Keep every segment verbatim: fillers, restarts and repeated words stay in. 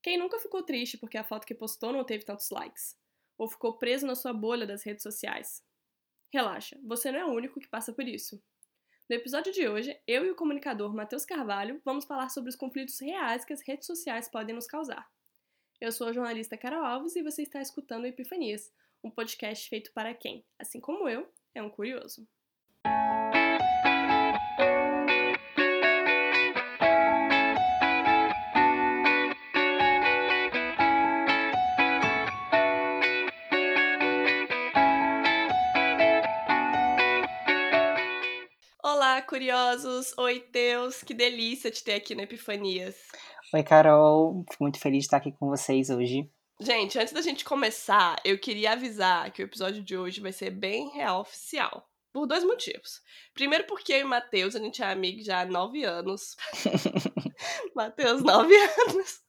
Quem nunca ficou triste porque a foto que postou não teve tantos likes? Ou ficou preso na sua bolha das redes sociais? Relaxa, você não é o único que passa por isso. No episódio de hoje, eu e o comunicador Matheus Carvalho vamos falar sobre os conflitos reais que as redes sociais podem nos causar. Eu sou a jornalista Carol Alves e você está escutando o Epifanias, um podcast feito para quem, assim como eu, é um curioso. Olá, curiosos! Oi, Deus! Que delícia te ter aqui no Epifanias. Oi, Carol. Fico muito feliz de estar aqui com vocês hoje. Gente, antes da gente começar, eu queria avisar que o episódio de hoje vai ser bem real oficial. Por dois motivos. Primeiro porque eu e Matheus, a gente é amigo já há nove anos. Matheus, nove anos.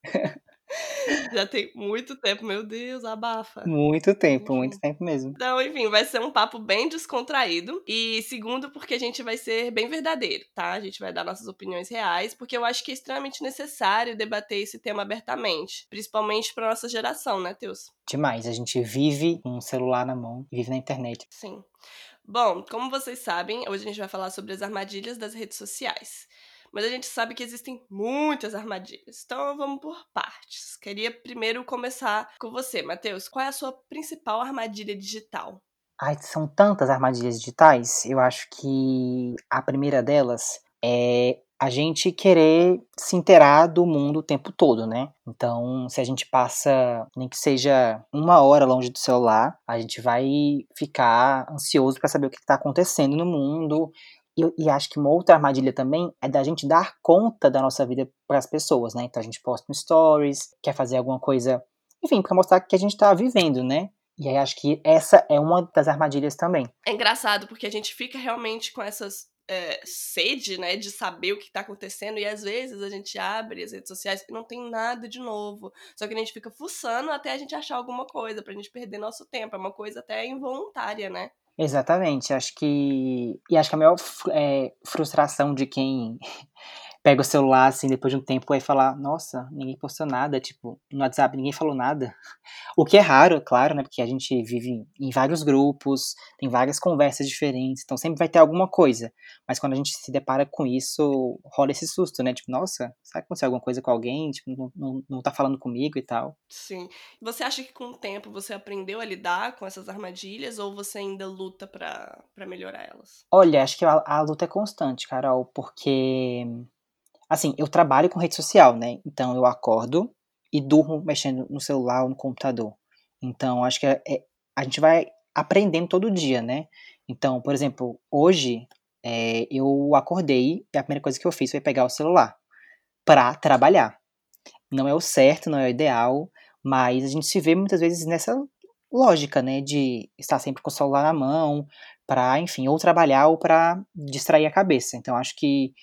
Já tem muito tempo, meu Deus, abafa. Muito tempo, muito Enfim. tempo mesmo. Então, enfim, vai ser um papo bem descontraído. E segundo, porque a gente vai ser bem verdadeiro, tá? A gente vai dar nossas opiniões reais, porque eu acho que é extremamente necessário debater esse tema abertamente. Principalmente pra nossa geração, né, Teus? Demais. A gente vive com um celular na mão, vive na internet. Sim. Bom, como vocês sabem, hoje a gente vai falar sobre as armadilhas das redes sociais. Mas a gente sabe que existem muitas armadilhas, então vamos por partes. Queria primeiro começar com você, Matheus. Qual é a sua principal armadilha digital? Ai, são tantas armadilhas digitais. Eu acho que a primeira delas é a gente querer se inteirar do mundo o tempo todo, né? Então, se a gente passa, nem que seja uma hora longe do celular, a gente vai ficar ansioso para saber o que está acontecendo no mundo. E, e acho que uma outra armadilha também é da gente dar conta da nossa vida para as pessoas, né? Então a gente posta no Stories, quer fazer alguma coisa, enfim, para mostrar que a gente está vivendo, né? E aí acho que essa é uma das armadilhas também. É engraçado porque a gente fica realmente com essas é, sede, né, de saber o que tá acontecendo e às vezes a gente abre as redes sociais e não tem nada de novo. Só que a gente fica fuçando até a gente achar alguma coisa pra gente perder nosso tempo. É uma coisa até involuntária, né? Exatamente, acho que. E acho que a maior é, frustração de quem pega o celular, assim, depois de um tempo, vai falar, nossa, ninguém postou nada, tipo, no WhatsApp ninguém falou nada. O que é raro, claro, né, porque a gente vive em vários grupos, tem várias conversas diferentes, então sempre vai ter alguma coisa. Mas quando a gente se depara com isso, rola esse susto, né, tipo, nossa, será que aconteceu alguma coisa com alguém? Tipo, não, não, não tá falando comigo e tal. Sim. Você acha que com o tempo você aprendeu a lidar com essas armadilhas ou você ainda luta pra, pra melhorar elas? Olha, acho que a, a luta é constante, Carol, porque assim, eu trabalho com rede social, né? Então eu acordo e durmo mexendo no celular ou no computador. Então acho que é, é- a gente vai aprendendo todo dia, né? Então, por exemplo, hoje é, eu acordei e a primeira coisa que eu fiz foi pegar o celular para trabalhar. Não é o certo, não é o ideal, mas a gente se vê muitas vezes nessa lógica, né? De estar sempre com o celular na mão, para, enfim, ou trabalhar ou para distrair a cabeça. Então acho que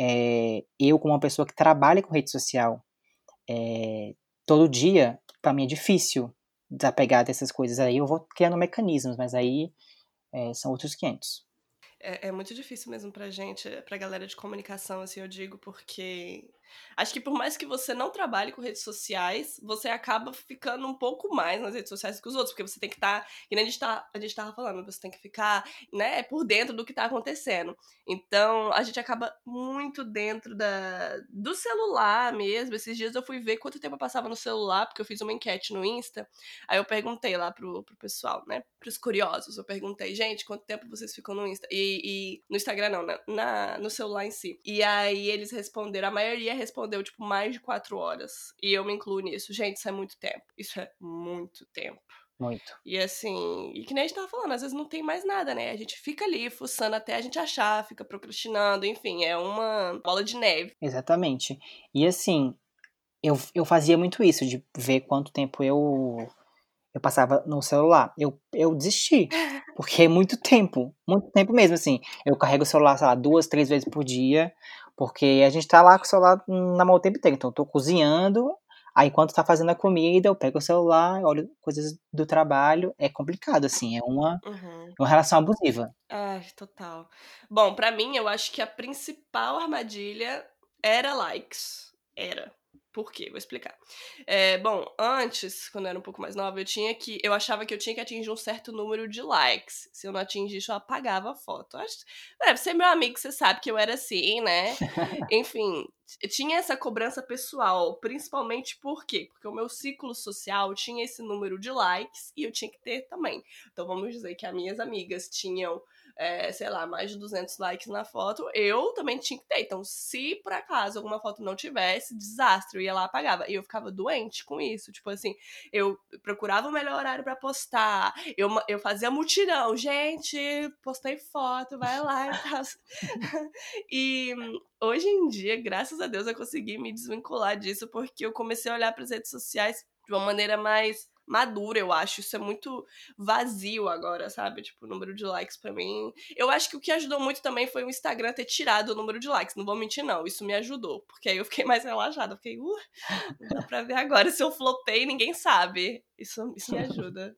é, eu, como uma pessoa que trabalha com rede social é, todo dia, para mim é difícil desapegar dessas coisas aí. Eu vou criando mecanismos, mas aí é, são outros quinhentos. É, é muito difícil mesmo pra gente, pra galera de comunicação, assim, eu digo, porque acho que por mais que você não trabalhe com redes sociais, você acaba ficando um pouco mais nas redes sociais que os outros, porque você tem que estar, que nem a gente, tá, a gente tava falando, você tem que ficar, né, por dentro do que tá acontecendo. Então, a gente acaba muito dentro da, do celular mesmo. Esses dias eu fui ver quanto tempo eu passava no celular, porque eu fiz uma enquete no Insta, aí eu perguntei lá pro, pro pessoal, né, pros curiosos, eu perguntei, gente, quanto tempo vocês ficam no Insta? E, e no Instagram não, na, na, no celular em si. E aí eles responderam, a maioria respondeu, tipo, mais de quatro horas. E eu me incluo nisso. Gente, isso é muito tempo. Isso é muito tempo. Muito. E assim, e que nem a gente tava falando, às vezes não tem mais nada, né? A gente fica ali fuçando até a gente achar, fica procrastinando, enfim, é uma bola de neve. Exatamente. E assim, eu, eu fazia muito isso, de ver quanto tempo eu eu passava no celular. Eu, eu desisti. Porque é muito tempo. Muito tempo mesmo, assim. Eu carrego o celular, sei lá, duas, três vezes por dia. Porque a gente tá lá com o celular na mão o tempo inteiro. Então eu tô cozinhando. Aí enquanto tá fazendo a comida, eu pego o celular, olho coisas do trabalho. É complicado, assim. É uma, Uhum. uma relação abusiva. Ai, total. Bom, pra mim, eu acho que a principal armadilha era likes. Era. Por quê? Vou explicar. É, bom, antes, quando eu era um pouco mais nova, eu tinha que. Eu achava que eu tinha que atingir um certo número de likes. Se eu não atingisse, eu apagava a foto. Acho, é, você é meu amigo, você sabe que eu era assim, né? Enfim, tinha essa cobrança pessoal, principalmente por quê? Porque o meu ciclo social tinha esse número de likes e eu tinha que ter também. Então vamos dizer que as minhas amigas tinham, é, sei lá, mais de duzentos likes na foto, eu também tinha que ter. Então, se por acaso alguma foto não tivesse, desastre, eu ia lá e apagava. E eu ficava doente com isso. Tipo assim, eu procurava o melhor horário pra postar, eu, eu fazia mutirão. Gente, postei foto, vai lá e tal. E hoje em dia, graças a Deus, eu consegui me desvincular disso, porque eu comecei a olhar para as redes sociais de uma maneira mais madura, eu acho. Isso é muito vazio agora, sabe? Tipo, o número de likes pra mim. Eu acho que o que ajudou muito também foi o Instagram ter tirado o número de likes. Não vou mentir, não. Isso me ajudou. Porque aí eu fiquei mais relaxada. Eu fiquei, uh, não dá pra ver agora se eu flopei, ninguém sabe. Isso, isso me ajuda.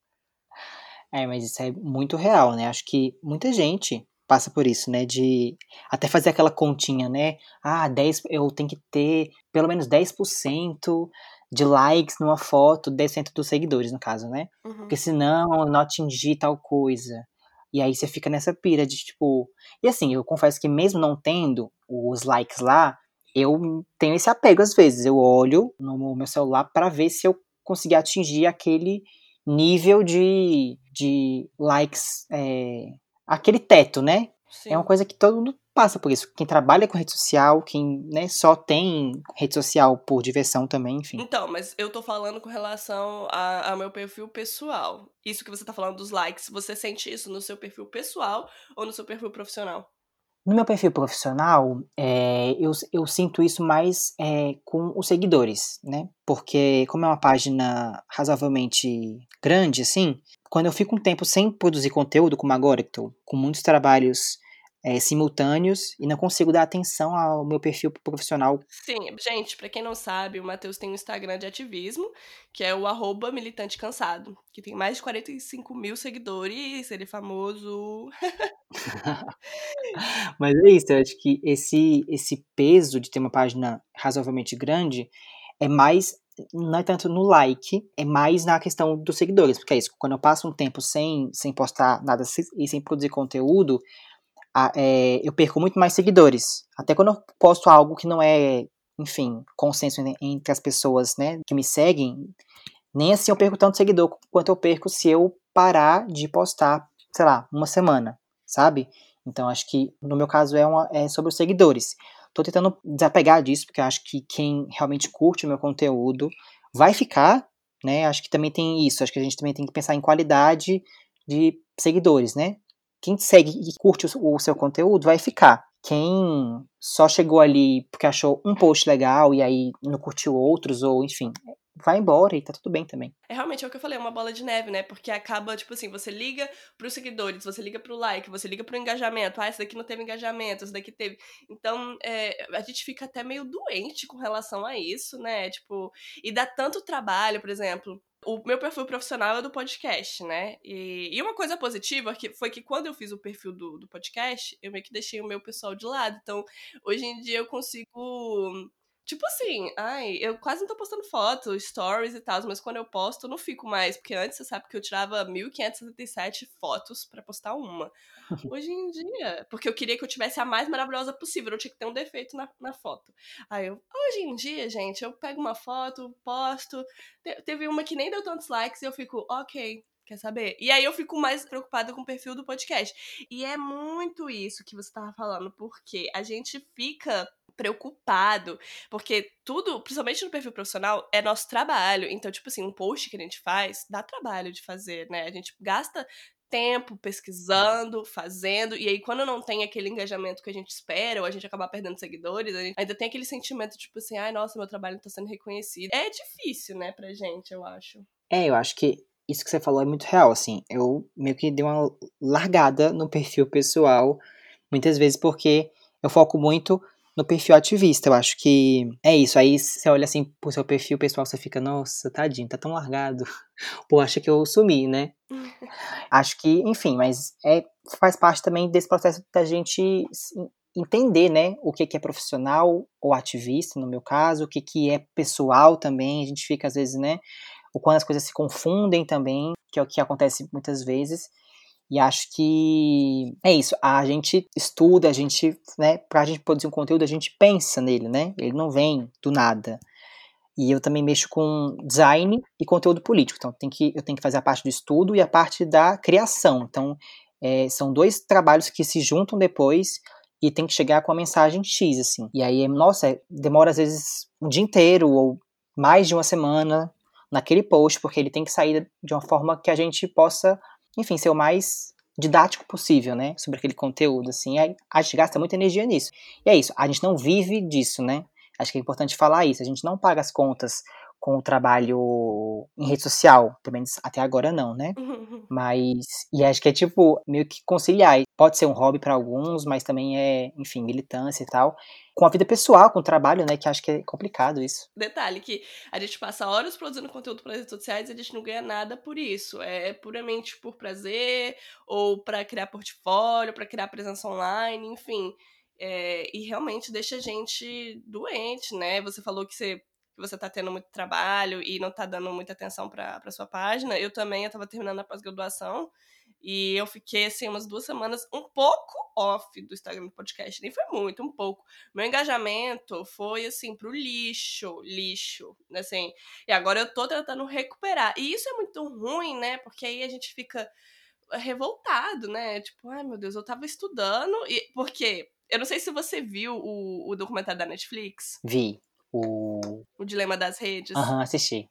É, mas isso é muito real, né? Acho que muita gente passa por isso, né? De até fazer aquela continha, né? Ah, dez, eu tenho que ter pelo menos dez por cento de likes numa foto, dez por cento dos seguidores, no caso, né? Uhum. Porque senão eu não atingi tal coisa. E aí você fica nessa pira de tipo. E assim, eu confesso que mesmo não tendo os likes lá, eu tenho esse apego às vezes. Eu olho no meu celular pra ver se eu consegui atingir aquele nível de, de likes, é, aquele teto, né? É uma Sim. coisa que todo mundo passa por isso. Quem trabalha com rede social, quem, né, só tem rede social por diversão também, enfim. Então, mas eu tô falando com relação a- ao meu perfil pessoal. Isso que você tá falando dos likes, você sente isso no seu perfil pessoal ou no seu perfil profissional? No meu perfil profissional, é, eu, eu sinto isso mais é, com os seguidores, né? Porque como é uma página razoavelmente grande, assim, quando eu fico um tempo sem produzir conteúdo, como agora, que estou com muitos trabalhos é, simultâneos e não consigo dar atenção ao meu perfil profissional. Sim, gente, pra quem não sabe, o Matheus tem um Instagram de ativismo, que é o arroba militante cansado, que tem mais de quarenta e cinco mil seguidores, ele é famoso. Mas é isso, eu acho que esse, esse peso de ter uma página razoavelmente grande é mais, não é tanto no like, é mais na questão dos seguidores, porque é isso, quando eu passo um tempo sem, sem postar nada e sem produzir conteúdo, a, é, eu perco muito mais seguidores. Até quando eu posto algo que não é, enfim, consenso entre as pessoas, né, que me seguem, nem assim eu perco tanto seguidor quanto eu perco se eu parar de postar, sei lá, uma semana, sabe? Então acho que no meu caso é, uma, é sobre os seguidores. Tô tentando desapegar disso, porque acho que quem realmente curte o meu conteúdo vai ficar, né? Acho que também tem isso, acho que a gente também tem que pensar em qualidade de seguidores, né? Quem segue e curte o, o seu conteúdo vai ficar. Quem só chegou ali porque achou um post legal e aí não curtiu outros, ou enfim, vai embora e tá tudo bem também. É realmente é o que eu falei, é uma bola de neve, né? Porque acaba, tipo assim, você liga pros seguidores, você liga pro like, você liga pro engajamento. Ah, esse daqui não teve engajamento, esse daqui teve. Então, é, a gente fica até meio doente com relação a isso, né? Tipo, e dá tanto trabalho, por exemplo. O meu perfil profissional é do podcast, né? E, e uma coisa positiva que foi que quando eu fiz o perfil do, do podcast, eu meio que deixei o meu pessoal de lado. Então, hoje em dia eu consigo. Tipo assim, ai, eu quase não tô postando foto, stories e tal, mas quando eu posto, eu não fico mais. Porque antes você sabe que eu tirava mil quinhentas e setenta e sete fotos pra postar uma. Hoje em dia, porque eu queria que eu tivesse a mais maravilhosa possível, eu tinha que ter um defeito na, na foto. Aí eu, hoje em dia, gente, eu pego uma foto, posto. Te- teve uma que nem deu tantos likes e eu fico, ok. Quer saber? E aí eu fico mais preocupada com o perfil do podcast. E é muito isso que você tava falando, porque a gente fica preocupado, porque tudo, principalmente no perfil profissional, é nosso trabalho. Então, tipo assim, um post que a gente faz, dá trabalho de fazer, né? A gente gasta tempo pesquisando, fazendo, e aí quando não tem aquele engajamento que a gente espera, ou a gente acaba perdendo seguidores, a gente ainda tem aquele sentimento, tipo assim, ai, nossa, meu trabalho não tá sendo reconhecido. É difícil, né, pra gente, eu acho. É, eu acho que isso que você falou é muito real, assim. Eu meio que dei uma largada no perfil pessoal, muitas vezes porque eu foco muito no perfil ativista. Eu acho que é isso. Aí você olha assim pro seu perfil pessoal, você fica, nossa, tadinho, tá tão largado. Pô, acha que eu sumi, né? Acho que, enfim, mas é, faz parte também desse processo da gente entender, né, o que que é profissional ou ativista, no meu caso, o que que é pessoal também, a gente fica às vezes, né, o quanto as coisas se confundem também, que é o que acontece muitas vezes, e acho que é isso, a gente estuda, a gente, né, pra gente produzir um conteúdo, a gente pensa nele, né, ele não vem do nada. E eu também mexo com design e conteúdo político, então tem que, eu tenho que fazer a parte do estudo e a parte da criação, então é, são dois trabalhos que se juntam depois e tem que chegar com a mensagem X, assim. E aí, nossa, demora às vezes um dia inteiro ou mais de uma semana naquele post, porque ele tem que sair de uma forma que a gente possa, enfim, ser o mais didático possível, né, sobre aquele conteúdo, assim. Aí a gente gasta muita energia nisso. E é isso, a gente não vive disso, né. Acho que é importante falar isso, a gente não paga as contas com o trabalho em rede social, pelo menos até agora não, né. Mas, e acho que é tipo, meio que conciliar, pode ser um hobby para alguns, mas também é, enfim, militância e tal, com a vida pessoal, com o trabalho, né, que acho que é complicado isso. Detalhe que a gente passa horas produzindo conteúdo para redes sociais e a gente não ganha nada por isso, é puramente por prazer, ou para criar portfólio, para criar presença online, enfim, eh, e realmente deixa a gente doente, né, você falou que você que você tá tendo muito trabalho e não tá dando muita atenção pra pra sua página, eu também, eu estava terminando a pós-graduação, e eu fiquei, assim, umas duas semanas um pouco off do Instagram do podcast, nem foi muito, um pouco. Meu engajamento foi, assim, pro lixo, lixo, assim, e agora eu tô tentando recuperar. E isso é muito ruim, né, porque aí a gente fica revoltado, né, tipo: "Ai meu Deus, eu estava estudando", e porque eu não sei se você viu o o documentário da Netflix. Vi. O O Dilema das Redes. Aham, assisti.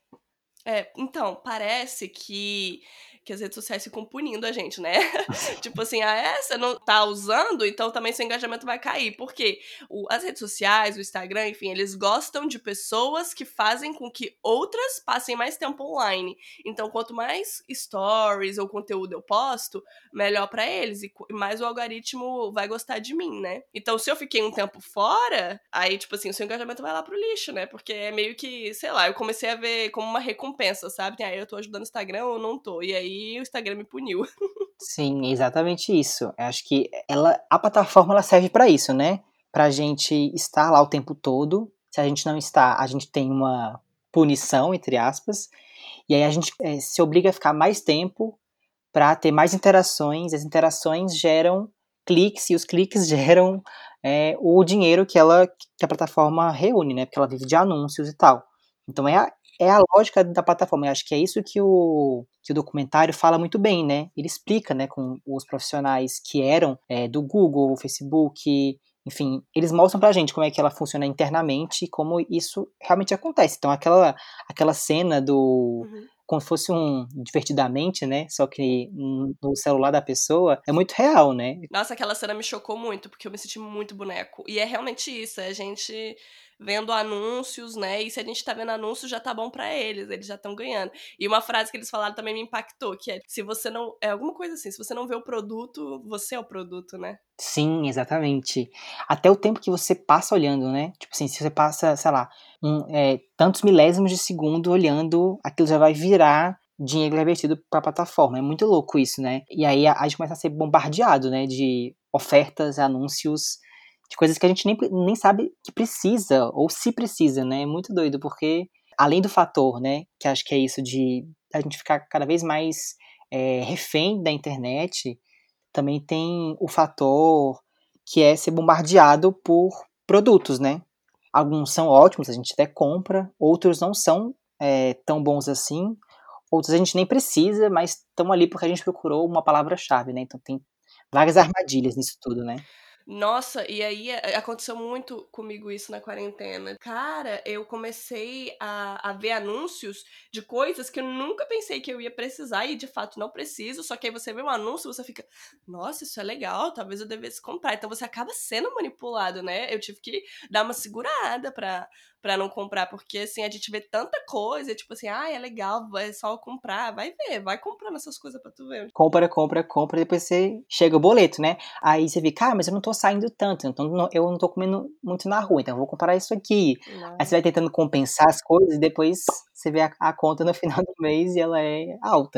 É, então, parece que que as redes sociais ficam punindo a gente, né. Tipo assim: "Ah é? Você não tá usando? Então também seu engajamento vai cair". Por quê? O as redes sociais, o Instagram, enfim, eles gostam de pessoas que fazem com que outras passem mais tempo online. Então quanto mais stories ou conteúdo eu posto, melhor pra eles e mais o algoritmo vai gostar de mim, né. Então se eu fiquei um tempo fora, aí tipo assim, o seu engajamento vai lá pro lixo, né, porque é meio que, sei lá, eu comecei a ver como uma recompensa, sabe. "Ah, eu tô ajudando o Instagram ou não tô?". E aí o Instagram me puniu. Sim, exatamente isso. Eu acho que ela a plataforma ela serve pra isso, né, pra gente estar lá o tempo todo, se a gente não está, a gente tem uma "punição", entre aspas, e aí a gente, eh, se obriga a ficar mais tempo pra ter mais interações, as interações geram cliques e os cliques geram, eh, o dinheiro que ela que a plataforma reúne, né, porque ela vive de anúncios e tal. Então é a é a lógica da plataforma, eu acho que é isso que o que o documentário fala muito bem, né, ele explica, né, com os profissionais que eram, eh, do Google, Facebook, enfim, eles mostram pra gente como é que ela funciona internamente e como isso realmente acontece. Então aquela aquela cena do Uhum. como se fosse um Divertidamente, né, só que no celular da pessoa, é muito real, né. Nossa, aquela cena me chocou muito, porque eu me senti muito boneco. E é realmente isso, é a gente vendo anúncios, né, e se a gente tá vendo anúncios já tá bom pra eles, eles já estão ganhando. E uma frase que eles falaram também me impactou, que é: "Se você não", é alguma coisa assim: "Se você não vê o produto, você é o produto", né. Sim, exatamente. Até o tempo que você passa olhando, né, tipo assim, se você passa, sei lá, um, eh, tantos milésimos de segundo olhando, aquilo já vai virar dinheiro revertido pra plataforma, é muito louco isso, né. E aí a gente começa a ser bombardeado, né, de ofertas, anúncios, de coisas que a gente nem nem sabe que precisa ou se precisa, né, é muito doido, porque além do fator, né, que acho que é isso de a gente ficar cada vez mais, eh, refém da internet, também tem o fator que é ser bombardeado por produtos, né. Alguns são ótimos, a gente até compra, outros não são, eh, tão bons assim, outros a gente nem precisa, mas estão ali porque a gente procurou uma palavra-chave, né, então tem várias armadilhas nisso tudo, né. Nossa, e aí a aconteceu muito comigo isso na quarentena. Cara, eu comecei a a ver anúncios de coisas que eu nunca pensei que eu ia precisar e de fato não preciso, só que aí você vê um anúncio, você fica: "Nossa, isso é legal, talvez eu devesse comprar", então você acaba sendo manipulado, né. Eu tive que dar uma segurada pra pra não comprar, porque, assim, a gente vê tanta coisa, tipo assim: "Ai, é legal, é só comprar", vai ver, vai comprando essas coisas pra tu ver. Compra, compra, compra, depois você chega o boleto, né. Aí você fica: "Ah, mas eu não tô saindo tanto, então não eu não tô comendo muito na rua, então eu vou comprar isso aqui". Aí você vai tentando compensar as coisas e depois você vê a a conta no final do mês e ela é alta, né.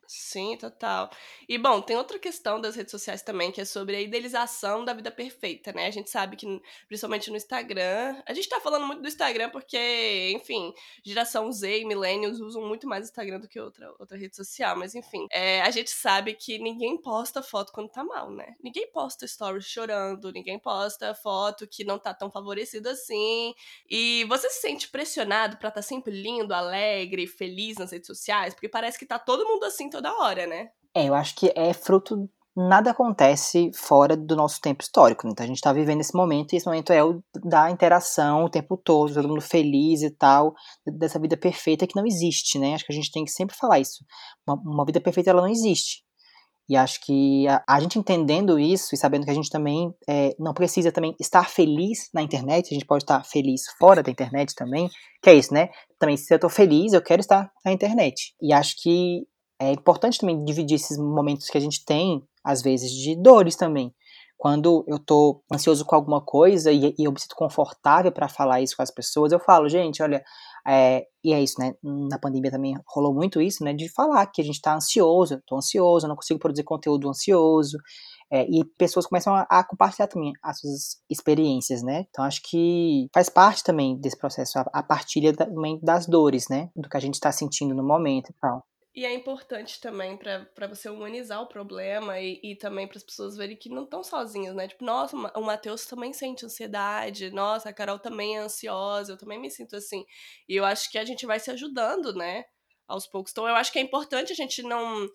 Sim, total. E bom, tem outra questão das redes sociais também, que é sobre a idealização da vida perfeita, né? A gente sabe que, principalmente no Instagram, a gente tá falando muito do Instagram porque, enfim, geração Z e millennials usam muito mais o Instagram do que outra, outra rede social, mas enfim, é, a gente sabe que ninguém posta foto quando tá mal, né? Ninguém posta stories chorando, ninguém posta foto que não tá tão favorecido assim. E você se sente pressionado pra estar sempre lindo, alegre, feliz nas redes sociais? Porque parece que tá todo mundo assim toda hora, né? É, eu acho que é fruto. Nada acontece fora do nosso tempo histórico, né? Então a gente tá vivendo esse momento, e esse momento é o da interação o tempo todo, todo mundo feliz e tal, dessa vida perfeita que não existe, né? Acho que a gente tem que sempre falar isso. Uma, uma vida perfeita, ela não existe. E acho que a, a gente entendendo isso e sabendo que a gente também é, não precisa também estar feliz na internet, a gente pode estar feliz fora da internet também, que é isso, né? Também, se eu tô feliz, eu quero estar na internet. E acho que é importante também dividir esses momentos que a gente tem, às vezes, de dores também. Quando eu tô ansioso com alguma coisa e, e eu me sinto confortável para falar isso com as pessoas, eu falo, gente, olha, é, e é isso, né? Na pandemia também rolou muito isso, né? De falar que a gente tá ansioso, eu tô ansioso, eu não consigo produzir conteúdo ansioso. É, e pessoas começam a, a compartilhar também as suas experiências, né? Então acho que faz parte também desse processo, a, a partilha da, também das dores, né? Do que a gente tá sentindo no momento e tal. E é importante também pra pra você humanizar o problema e, e também para as pessoas verem que não estão sozinhas, né? Tipo, nossa, o Matheus também sente ansiedade, nossa, a Carol também é ansiosa, eu também me sinto assim. E eu acho que a gente vai se ajudando, né? Aos poucos. Então, eu acho que é importante a gente não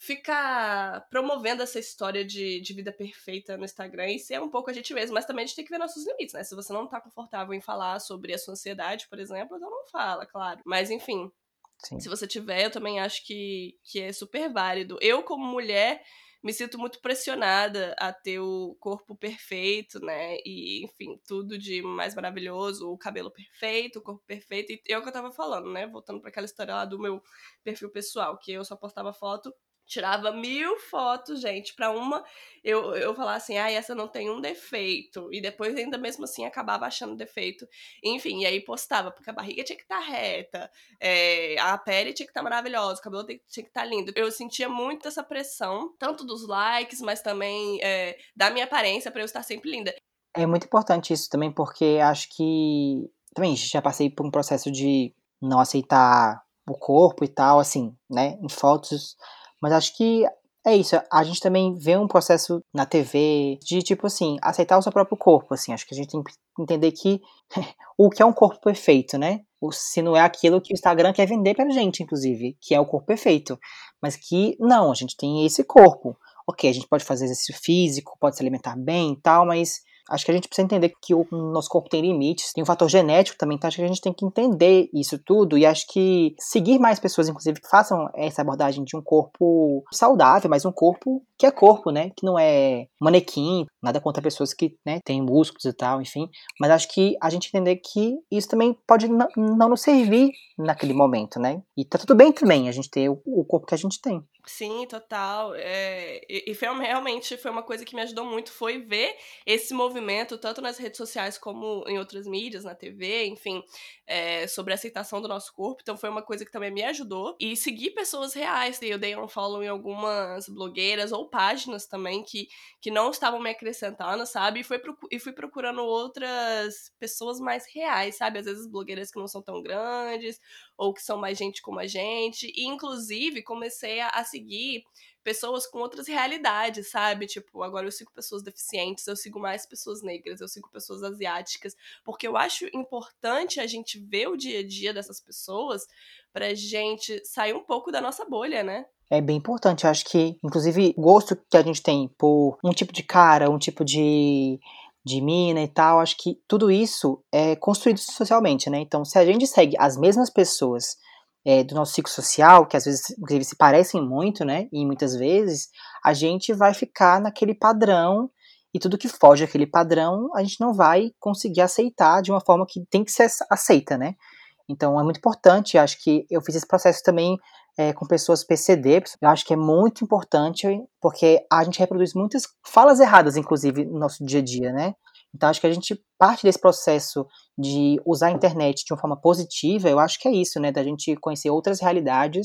ficar promovendo essa história de, de vida perfeita no Instagram e ser um pouco a gente mesmo, mas também a gente tem que ver nossos limites, né? Se você não tá confortável em falar sobre a sua ansiedade, por exemplo, então não fala, claro. Mas, enfim, Sim. se você tiver, eu também acho que, que é super válido. Eu, como mulher, me sinto muito pressionada a ter o corpo perfeito, né? E, enfim, tudo de mais maravilhoso, o cabelo perfeito, o corpo perfeito. E é o que eu tava falando, né? Voltando para aquela história lá do meu perfil pessoal, que eu só postava foto. Tirava mil fotos, gente, pra uma eu, eu falar assim, ah, essa não tem um defeito. E depois, ainda mesmo assim, acabava achando defeito. Enfim, e aí postava, porque a barriga tinha que estar reta, é, a pele tinha que estar maravilhosa, o cabelo tinha que estar lindo. Eu sentia muito essa pressão, tanto dos likes, mas também é, da minha aparência pra eu estar sempre linda. É muito importante isso também, porque acho que também já passei por um processo de não aceitar o corpo e tal, assim, né, em fotos, mas acho que é isso, a gente também vê um processo na T V de, tipo assim, aceitar o seu próprio corpo, assim, acho que a gente tem que entender que o que é um corpo perfeito, né? O- Se não é aquilo que o Instagram quer vender pra gente, inclusive, que é o corpo perfeito, mas que não, a gente tem esse corpo. Ok, a gente pode fazer exercício físico, pode se alimentar bem e tal, mas acho que a gente precisa entender que o nosso corpo tem limites, tem um fator genético também, então acho que a gente tem que entender isso tudo e acho que seguir mais pessoas, inclusive, que façam essa abordagem de um corpo saudável, mas um corpo que é corpo, né? Que não é manequim, nada contra pessoas que, né, têm músculos e tal, enfim, mas acho que a gente entender que isso também pode não, não nos servir naquele momento, né? E tá tudo bem também a gente ter o, o corpo que a gente tem. Sim, total. É, e e foi, realmente foi uma coisa que me ajudou muito, foi ver esse movimento, tanto nas redes sociais como em outras mídias, na T V, enfim, é, sobre a aceitação do nosso corpo. Então foi uma coisa que também me ajudou. E seguir pessoas reais. Eu dei um follow em algumas blogueiras ou páginas também que, que não estavam me acrescentando, sabe? E, foi, procu- e fui procurando outras pessoas mais reais, sabe? Às vezes blogueiras que não são tão grandes, ou que são mais gente como a gente. E, inclusive, comecei a, a seguir pessoas com outras realidades, sabe? Tipo, agora eu sigo pessoas deficientes, eu sigo mais pessoas negras, eu sigo pessoas asiáticas, porque eu acho importante a gente ver o dia a dia dessas pessoas pra gente sair um pouco da nossa bolha, né? É bem importante, eu acho que, inclusive, o gosto que a gente tem por um tipo de cara, um tipo de, de mina e tal, acho que tudo isso é construído socialmente, né? Então, se a gente segue as mesmas pessoas é, do nosso ciclo social, que às vezes, inclusive, se parecem muito, né? E muitas vezes, a gente vai ficar naquele padrão e tudo que foge daquele padrão, a gente não vai conseguir aceitar de uma forma que tem que ser aceita, né? Então é muito importante, acho que eu fiz esse processo também é, com pessoas P C D, eu acho que é muito importante, porque a gente reproduz muitas falas erradas, inclusive, no nosso dia a dia, né? Então acho que a gente parte desse processo de usar a internet de uma forma positiva, eu acho que é isso, né? Da gente conhecer outras realidades,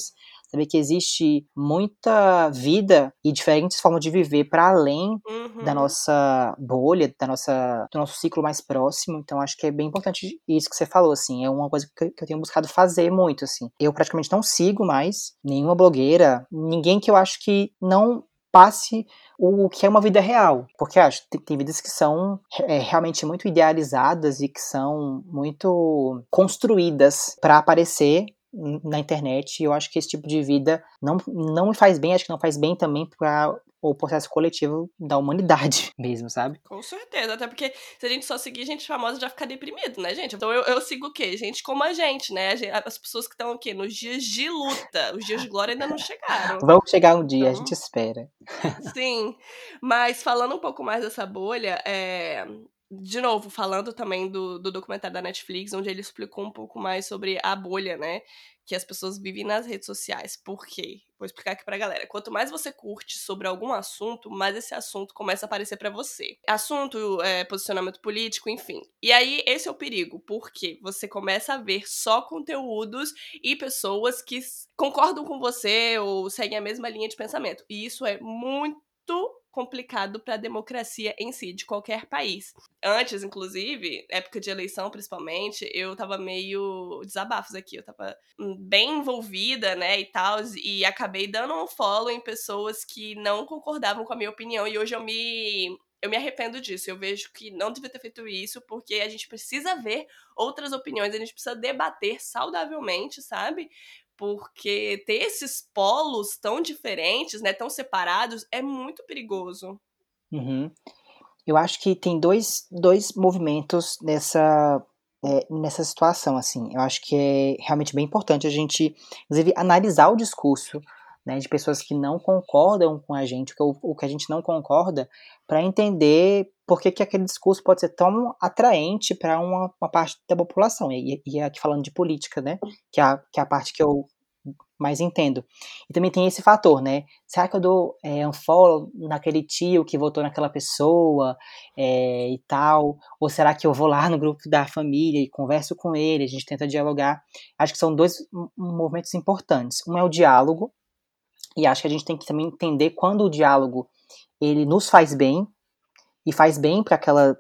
saber que existe muita vida e diferentes formas de viver para além da Uhum. nossa bolha, da nossa, do nosso ciclo mais próximo. Então acho que é bem importante isso que você falou, assim, é uma coisa que eu tenho buscado fazer muito, assim. Eu praticamente não sigo mais nenhuma blogueira, ninguém que eu acho que não passe o que é uma vida real, porque acho que tem vidas que são é, realmente muito idealizadas e que são muito construídas para aparecer na internet, e eu acho que esse tipo de vida não, não me faz bem, acho que não faz bem também para o processo coletivo da humanidade mesmo, sabe? Com certeza, até porque se a gente só seguir gente famosa já fica deprimido, né, gente? Então eu, eu sigo o quê? Gente como a gente, né? As pessoas que estão o quê? Nos dias de luta. Os dias de glória ainda não chegaram. Vamos chegar um dia, a gente Então, espera. sim. Mas falando um pouco mais dessa bolha, é... de novo, falando também do, do documentário da Netflix, onde ele explicou um pouco mais sobre a bolha, né? Que as pessoas vivem nas redes sociais. Por quê? Vou explicar aqui pra galera. Quanto mais você curte sobre algum assunto, mais esse assunto começa a aparecer pra você. Assunto, é, posicionamento político, enfim. E aí, esse é o perigo, porque você começa a ver só conteúdos e pessoas que concordam com você ou seguem a mesma linha de pensamento. E isso é muito complicado para a democracia em si, de qualquer país. Antes, inclusive, época de eleição principalmente, eu tava meio desabafos aqui, eu tava bem envolvida, né, e tal, e acabei dando um follow em pessoas que não concordavam com a minha opinião, e hoje eu me eu me arrependo disso, eu vejo que não devia ter feito isso, porque a gente precisa ver outras opiniões, a gente precisa debater saudavelmente, sabe? Porque ter esses polos tão diferentes, né, tão separados, é muito perigoso. Uhum. Eu acho que tem dois, dois movimentos nessa, é, nessa situação, assim. Eu acho que é realmente bem importante a gente, inclusive, analisar o discurso, né, de pessoas que não concordam com a gente, o, o que a gente não concorda, para entender por que, que aquele discurso pode ser tão atraente para uma, uma parte da população. E, e aqui falando de política, né, que é a, que é a parte que eu mais entendo. E também tem esse fator, né? Será que eu dou é, unfollow naquele tio que votou naquela pessoa é, e tal? Ou será que eu vou lá no grupo da família e converso com ele, a gente tenta dialogar? Acho que são dois movimentos importantes. Um é o diálogo, e acho que a gente tem que também entender quando o diálogo ele nos faz bem, e faz bem para aquela,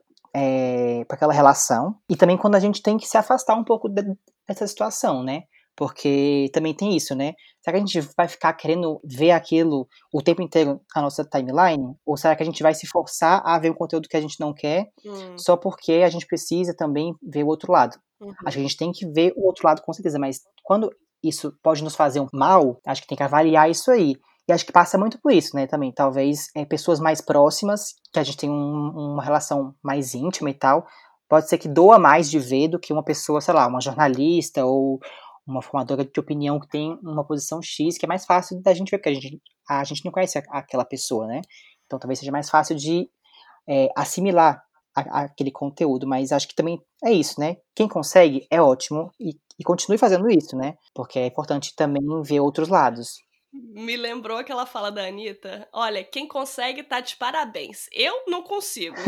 é, para aquela relação, e também quando a gente tem que se afastar um pouco de, dessa situação, né? Porque também tem isso, né? Será que a gente vai ficar querendo ver aquilo o tempo inteiro na nossa timeline? Ou será que a gente vai se forçar a ver um conteúdo que a gente não quer Hum, só porque a gente precisa também ver o outro lado? Acho que a uhum. gente tem que ver o outro lado com certeza, mas quando isso pode nos fazer um mal, acho que tem que avaliar isso aí. E acho que passa muito por isso, né, também. Talvez é, pessoas mais próximas, que a gente tem um, uma relação mais íntima e tal, pode ser que doa mais de ver do que uma pessoa, sei lá, uma jornalista ou uma formadora de opinião que tem uma posição X, que é mais fácil da gente ver, porque a gente, a gente não conhece a, aquela pessoa, né? Então talvez seja mais fácil de é, assimilar a, aquele conteúdo, mas acho que também é isso, né? Quem consegue é ótimo e, e continue fazendo isso, né? Porque é importante também ver outros lados. Me lembrou aquela fala da Anitta. Olha, quem consegue tá de parabéns. Eu não consigo.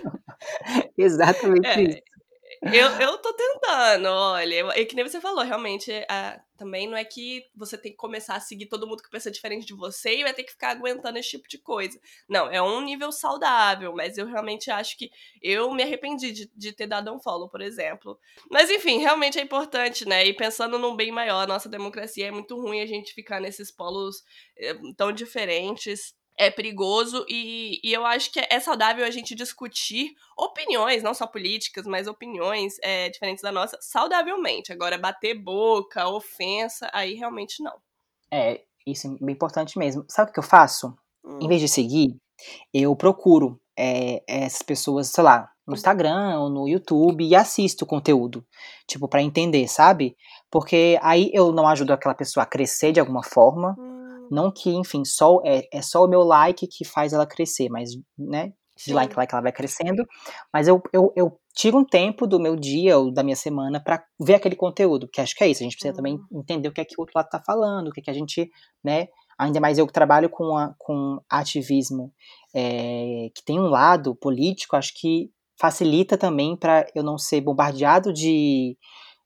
Exatamente É, isso. Eu, eu tô tentando, olha. É que nem você falou, realmente. ah, também não é que você tem que começar a seguir todo mundo que pensa diferente de você e vai ter que ficar aguentando esse tipo de coisa. Não, é um nível saudável, mas eu realmente acho que eu me arrependi de, de ter dado um follow, por exemplo. Mas enfim, realmente é importante, né? E pensando num bem maior, a nossa democracia é muito ruim a gente ficar nesses polos eh, tão diferentes. É perigoso e, e eu acho que é saudável a gente discutir opiniões, não só políticas, mas opiniões é, diferentes da nossa, saudavelmente. Agora, bater boca, ofensa, aí realmente não. É, isso é bem importante mesmo. Sabe o que eu faço? Em Hum. vez de seguir, eu procuro é, essas pessoas, sei lá, no Instagram ou no YouTube e assisto o conteúdo, tipo, pra entender, sabe? Porque aí eu não ajudo aquela pessoa a crescer de alguma forma, Hum, não que, enfim, só é, é só o meu like que faz ela crescer, mas, né, de like sim. em like ela vai crescendo, mas eu, eu, eu tiro um tempo do meu dia ou da minha semana pra ver aquele conteúdo, porque acho que é isso, a gente precisa também Hum, entender o que é que o outro lado tá falando, o que é que a gente, né, ainda mais eu que trabalho com, a, com ativismo é, que tem um lado político, acho que facilita também para eu não ser bombardeado de,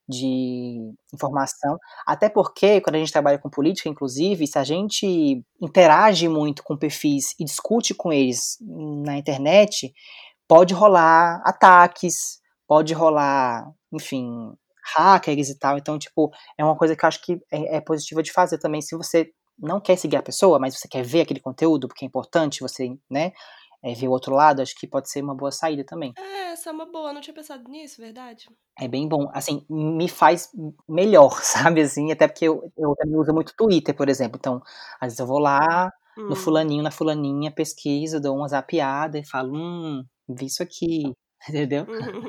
de informação. Até porque, quando a gente trabalha com política, inclusive, se a gente interage muito com perfis e discute com eles na internet, pode rolar ataques, pode rolar, enfim, hackers e tal. Então, tipo, é uma coisa que eu acho que é, é positiva de fazer também. Se você não quer seguir a pessoa, mas você quer ver aquele conteúdo, porque é importante você, né, é, ver o outro lado, acho que pode ser uma boa saída também. É, essa é uma boa, não tinha pensado nisso, verdade? É bem bom. Assim, me faz melhor, sabe, assim, até porque eu eu também uso muito Twitter, por exemplo, então, às vezes eu vou lá no Hum. fulaninho, na fulaninha, pesquiso, dou uma zapeada e falo: "Hum, vi isso aqui", entendeu?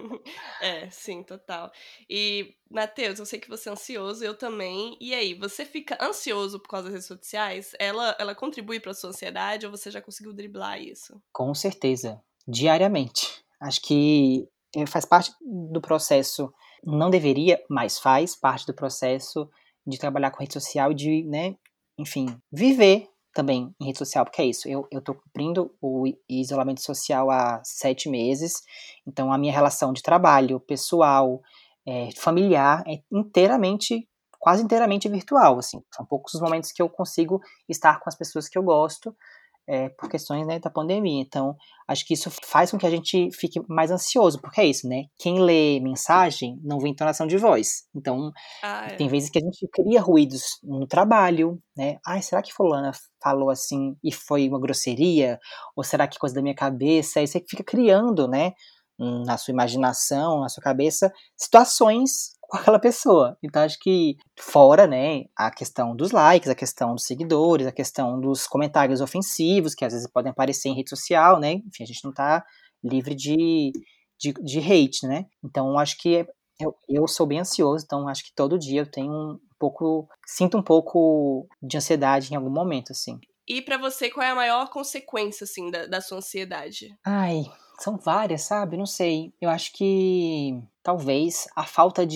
É, sim, total. E, Matheus, eu sei que você é ansioso, eu também. E aí, você fica ansioso por causa das redes sociais? Ela, ela contribui pra sua ansiedade ou você já conseguiu driblar isso? Com certeza, diariamente. Acho que, eh, faz parte do processo, não deveria, mas faz parte do processo de trabalhar com rede social e de, né, enfim, viver também em rede social, porque é isso, eu eu tô cumprindo o i isolamento social há sete meses, então a minha relação de trabalho, pessoal, eh, familiar, é inteiramente quase inteiramente virtual, assim. São poucos os momentos que eu consigo estar com as pessoas que eu gosto, é, por questões, né, da pandemia. Então, acho que isso faz com que a gente fique mais ansioso, porque é isso, né? Quem lê mensagem não vê entonação de voz. Então, Ah, tem é. vezes que a gente cria ruídos no trabalho, né? Ai, será que fulana falou assim e foi uma grosseria? Ou será que é coisa da minha cabeça? Aí você fica criando, né, hum, na sua imaginação, na sua cabeça, situações com aquela pessoa. Então acho que fora, né, a questão dos likes, a questão dos seguidores, a questão dos comentários ofensivos que às vezes podem aparecer em rede social, né? Enfim, a gente não tá livre de, de, de hate, né? Então acho que é eu, eu sou bem ansioso, então acho que todo dia eu tenho um pouco, sinto um pouco de ansiedade em algum momento, assim. E pra você, qual é a maior consequência, assim, da, da sua ansiedade? Ai, são várias, sabe? Não sei. Eu acho que talvez a falta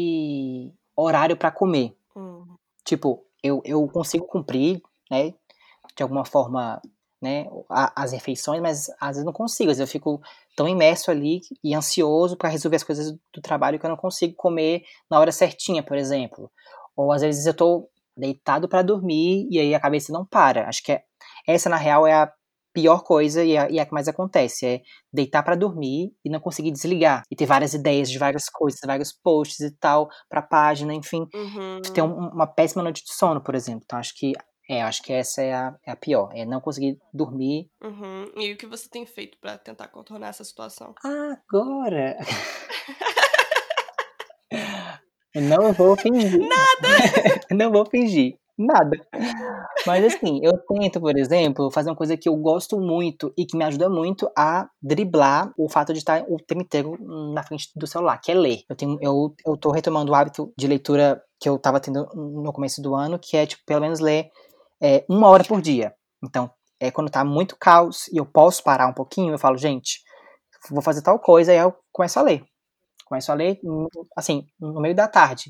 de horário pra comer. Hum. Tipo, eu, eu consigo cumprir, né, de alguma forma, né, a- as refeições, mas às vezes não consigo. Às vezes eu fico tão imerso ali e ansioso para resolver as coisas do trabalho que eu não consigo comer na hora certinha, por exemplo. Ou às vezes eu tô deitado para dormir e aí a cabeça não para. Acho que é, essa, na real, é a pior coisa e a, e a que mais acontece. É deitar para dormir e não conseguir desligar. E ter várias ideias de várias coisas, vários posts e tal, pra página, enfim. Ter Uhum. um- uma péssima noite de sono, por exemplo. Então acho que é, acho que essa é a, é a pior, é não conseguir dormir. Uhum. E o que você tem feito pra tentar contornar essa situação? Agora, não vou fingir, não vou fingir, nada. Mas assim, eu tento, por exemplo, fazer uma coisa que eu gosto muito e que me ajuda muito a driblar o fato de estar o tempo inteiro na frente do celular, que é ler. Eu tenho, eu, eu tô retomando o hábito de leitura que eu estava tendo no começo do ano, que é, tipo, pelo menos ler é, uma hora por dia. Então, é quando tá muito caos e eu posso parar um pouquinho, eu falo, gente, vou fazer tal coisa, aí eu começo a ler. Começo a ler, assim, no meio da tarde,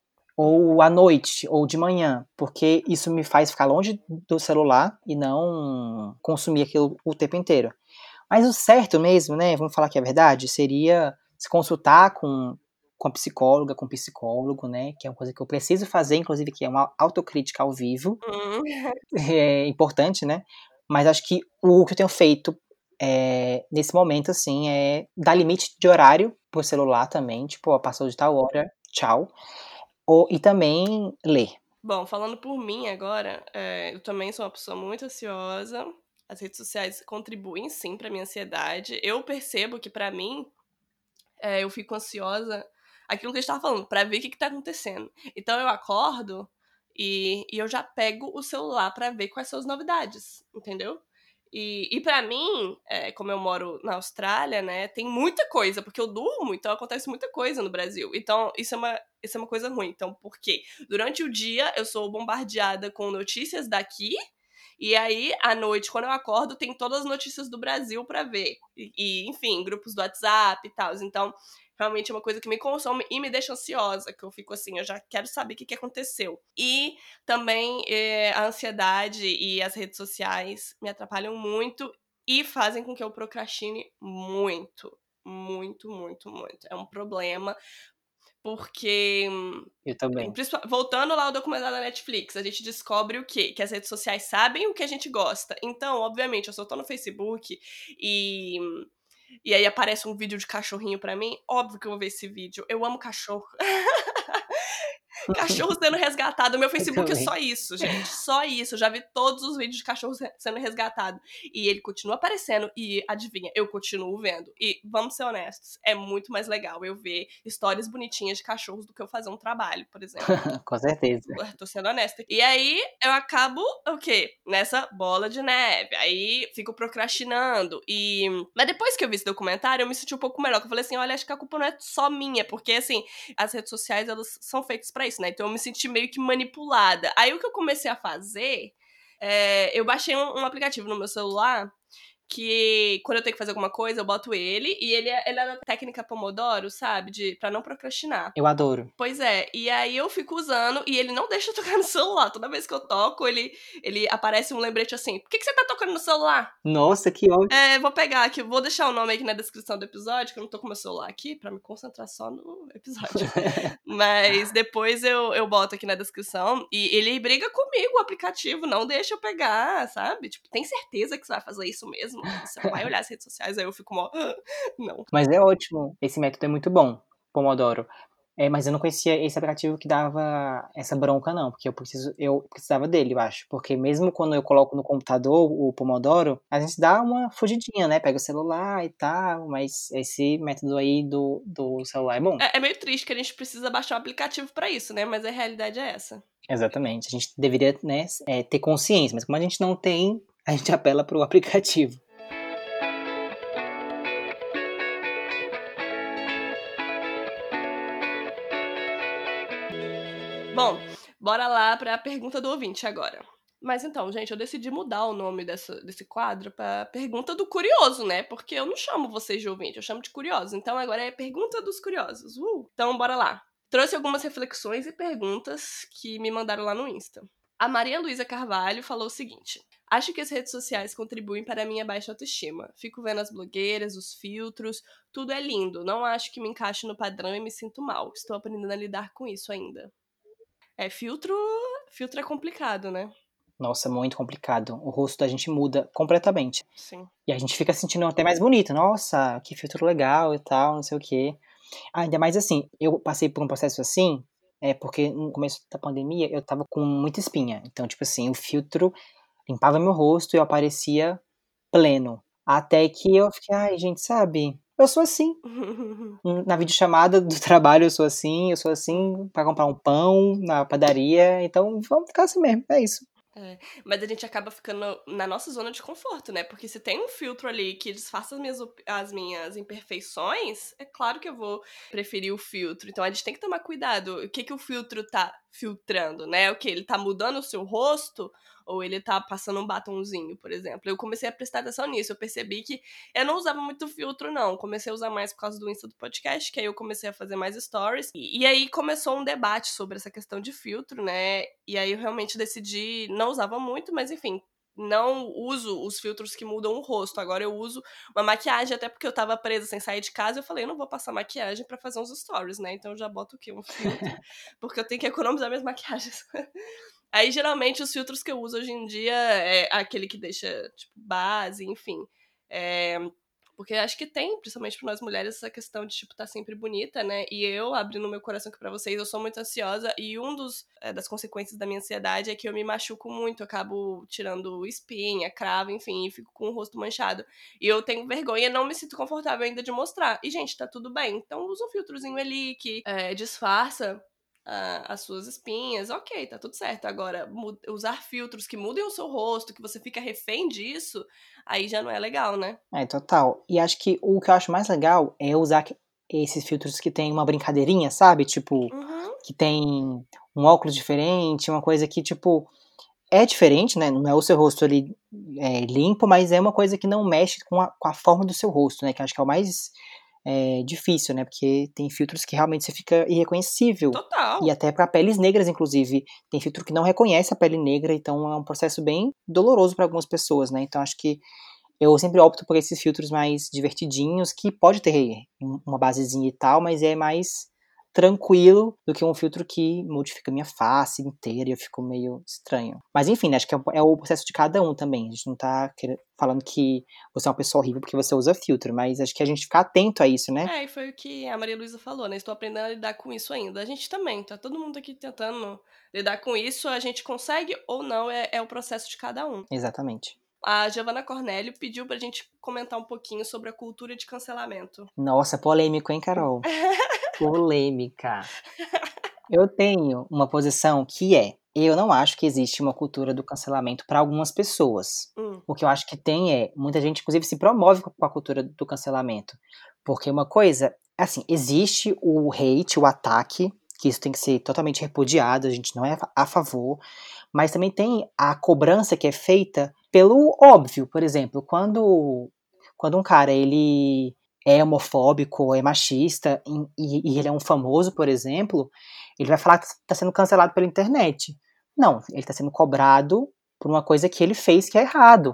ou Uhum. à noite, ou de manhã, porque isso me faz ficar longe do celular e não consumir aquilo o tempo inteiro. Mas o certo mesmo, né, vamos falar que é verdade, seria se consultar com, com a psicóloga, com o psicólogo, né, que é uma coisa que eu preciso fazer, inclusive que é uma autocrítica ao vivo, Hum. é importante, né, mas acho que o que eu tenho feito é, nesse momento, assim, é dar limite de horário pro celular também, tipo, ó, passou de tal hora, tchau. Ou, e também ler. Bom, falando por mim agora, eh, eu também sou uma pessoa muito ansiosa. As redes sociais contribuem sim pra minha ansiedade. Eu percebo que pra mim, eh, eu fico ansiosa, aquilo que a gente estava falando, pra ver o que que tá acontecendo. Então eu acordo e e eu já pego o celular pra ver quais são as novidades, entendeu? E e pra mim, eh, como eu moro na Austrália, né, tem muita coisa, porque eu durmo, então acontece muita coisa no Brasil. Então isso é uma isso é uma coisa ruim. Então por quê? Durante o dia eu sou bombardeada com notícias daqui, e aí à noite, quando eu acordo, tem todas as notícias do Brasil pra ver. E e, enfim, grupos do WhatsApp e tals. Então, realmente é uma coisa que me consome e me deixa ansiosa, que eu fico assim, eu já quero saber o que que aconteceu. E também, eh, a ansiedade e as redes sociais me atrapalham muito e fazem com que eu procrastine muito. Muito, muito, muito. É um problema, Porque, Eu também. voltando lá ao documentário da Netflix, a gente descobre o quê? Que as redes sociais sabem o que a gente gosta. Então, obviamente, eu só tô no Facebook e... E aí aparece um vídeo de cachorrinho pra mim, óbvio que eu vou ver esse vídeo. Eu amo cachorro. Cachorro sendo resgatado. O meu Eu Facebook é também. só isso, gente. Só isso. Eu já vi todos os vídeos de cachorro sendo resgatado. E ele continua aparecendo. E adivinha, eu continuo vendo. E vamos ser honestos, é muito mais legal eu ver histórias bonitinhas de cachorros do que eu fazer um trabalho, por exemplo. Com certeza. Tô sendo honesta. E aí, eu acabo, o quê? Nessa bola de neve. Aí, fico procrastinando. E... Mas depois que eu vi esse documentário, eu me senti um pouco melhor. Que eu falei assim, olha, acho que a culpa não é só minha. Porque, assim, as redes sociais, elas são feitas pra isso, né? Então, eu me senti meio que manipulada. Aí, o que eu comecei a fazer... É, eu baixei um, um aplicativo no meu celular... que quando eu tenho que fazer alguma coisa, eu boto ele, e ele é, ele é da técnica Pomodoro, sabe? De, pra não procrastinar. Eu adoro. Pois é, e aí eu fico usando, e ele não deixa eu tocar no celular. Toda vez que eu toco, ele, ele aparece um lembrete assim, por que, que você tá tocando no celular? Nossa, que ótimo. É, vou pegar aqui, vou deixar o nome aqui na descrição do episódio, que eu não tô com meu celular aqui, pra me concentrar só no episódio. Mas depois eu, eu boto aqui na descrição, e ele briga comigo, o aplicativo, não deixa eu pegar, sabe? Tipo, tem certeza que você vai fazer isso mesmo? Você não vai olhar as redes sociais, aí eu fico mó, não. Mas é ótimo, esse método é muito bom, Pomodoro. É, mas eu não conhecia esse aplicativo que dava essa bronca, não, porque eu, preciso, eu precisava dele, eu acho. Porque mesmo quando eu coloco no computador o Pomodoro, a gente dá uma fugidinha, né? Pega o celular e tal, mas esse método aí do, do celular é bom. É, é meio triste que a gente precisa baixar um aplicativo pra isso, né? Mas a realidade é essa. Exatamente. A gente deveria, né, é, ter consciência, mas como a gente não tem, a gente apela pro aplicativo. Bom, bora lá pra pergunta do ouvinte agora. Mas então, gente, eu decidi mudar o nome dessa, desse quadro pra Pergunta do Curioso, né? Porque eu não chamo vocês de ouvinte, eu chamo de curiosos. Então agora é Pergunta dos Curiosos. Uh! Então bora lá. Trouxe algumas reflexões e perguntas que me mandaram lá no Insta. A Maria Luísa Carvalho falou o seguinte: acho que as redes sociais contribuem para a minha baixa autoestima. Fico vendo as blogueiras, os filtros, tudo é lindo. Não acho que me encaixe no padrão e me sinto mal. Estou aprendendo a lidar com isso ainda. É, filtro, filtro é complicado, né? Nossa, muito complicado. O rosto da gente muda completamente. Sim. E a gente fica sentindo até mais bonito. Nossa, que filtro legal e tal, não sei o quê. Ah, ainda mais assim, eu passei por um processo assim, é porque no começo da pandemia eu tava com muita espinha. Então, tipo assim, o filtro limpava meu rosto e eu aparecia pleno. Até que eu fiquei, ai, gente, sabe? Eu sou assim. Na videochamada do trabalho eu sou assim, eu sou assim pra comprar um pão na padaria. Então vamos ficar assim mesmo, é isso. É, mas a gente acaba ficando na nossa zona de conforto, né? Porque se tem um filtro ali que disfarça as minhas, as minhas imperfeições, é claro que eu vou preferir o filtro. Então a gente tem que tomar cuidado. O que, que o filtro tá filtrando, né? O que? Ele tá mudando o seu rosto? Ou ele tá passando um batonzinho, por exemplo? Eu comecei a prestar atenção nisso. Eu percebi que eu não usava muito filtro, não. Comecei a usar mais por causa do Insta do podcast, que aí eu comecei a fazer mais stories. E, e aí começou um debate sobre essa questão de filtro, né? E aí eu realmente decidi, não usava muito, mas enfim, não uso os filtros que mudam o rosto. Agora eu uso uma maquiagem, até porque eu tava presa sem sair de casa. Eu falei, eu não vou passar maquiagem pra fazer uns stories, né? Então eu já boto o quê? Um filtro, porque eu tenho que economizar minhas maquiagens. Aí, geralmente, os filtros que eu uso hoje em dia é aquele que deixa, tipo, base, enfim. É, porque acho que tem, principalmente para nós mulheres, essa questão de, tipo, estar tá sempre bonita, né? E eu, abrindo meu coração aqui pra vocês, eu sou muito ansiosa e um dos é, das consequências da minha ansiedade é que eu me machuco muito, eu acabo tirando espinha, cravo, enfim, e fico com o rosto manchado. E eu tenho vergonha, não me sinto confortável ainda de mostrar. E, gente, tá tudo bem. Então, usa um filtrozinho ali que é, disfarça Uh, as suas espinhas, ok, tá tudo certo. Agora, usar filtros que mudem o seu rosto, que você fica refém disso, aí já não é legal, né? É, total. E acho que o que eu acho mais legal é usar esses filtros que tem uma brincadeirinha, sabe? Tipo, Uhum. que tem um óculos diferente, uma coisa que, tipo, é diferente, né? Não é o seu rosto ali é, limpo, mas é uma coisa que não mexe com a, com a forma do seu rosto, né? Que acho que é o mais é, difícil, né? Porque tem filtros que realmente você fica irreconhecível. Total. E até para peles negras, inclusive. Tem filtro que não reconhece a pele negra, então é um processo bem doloroso para algumas pessoas, né? Então acho que eu sempre opto por esses filtros mais divertidinhos, que pode ter uma basezinha e tal, mas é mais tranquilo do que um filtro que modifica minha face inteira e eu fico meio estranho. Mas enfim, né, acho que é o, é o processo de cada um também. A gente não tá querendo, falando que você é uma pessoa horrível porque você usa filtro, mas acho que a gente fica atento a isso, né? É, e foi o que a Maria Luísa falou, né? Estou aprendendo a lidar com isso ainda. A gente também, tá todo mundo aqui tentando lidar com isso. A gente consegue ou não, é, é o processo de cada um. Exatamente. A Giovanna Cornélio pediu pra gente comentar um pouquinho sobre a cultura de cancelamento. Nossa, polêmico, hein, Carol? Polêmica. Eu tenho uma posição que é, eu não acho que existe uma cultura do cancelamento para algumas pessoas. Hum, O que eu acho que tem é, muita gente inclusive se promove com a cultura do cancelamento. Porque uma coisa, assim, existe o hate, o ataque, que isso tem que ser totalmente repudiado, a gente não é a favor, mas também tem a cobrança que é feita pelo óbvio. Por exemplo, quando, quando um cara, ele é homofóbico, é machista, e, e ele é um famoso, por exemplo, ele vai falar que está sendo cancelado pela internet. Não, ele está sendo cobrado por uma coisa que ele fez que é errado.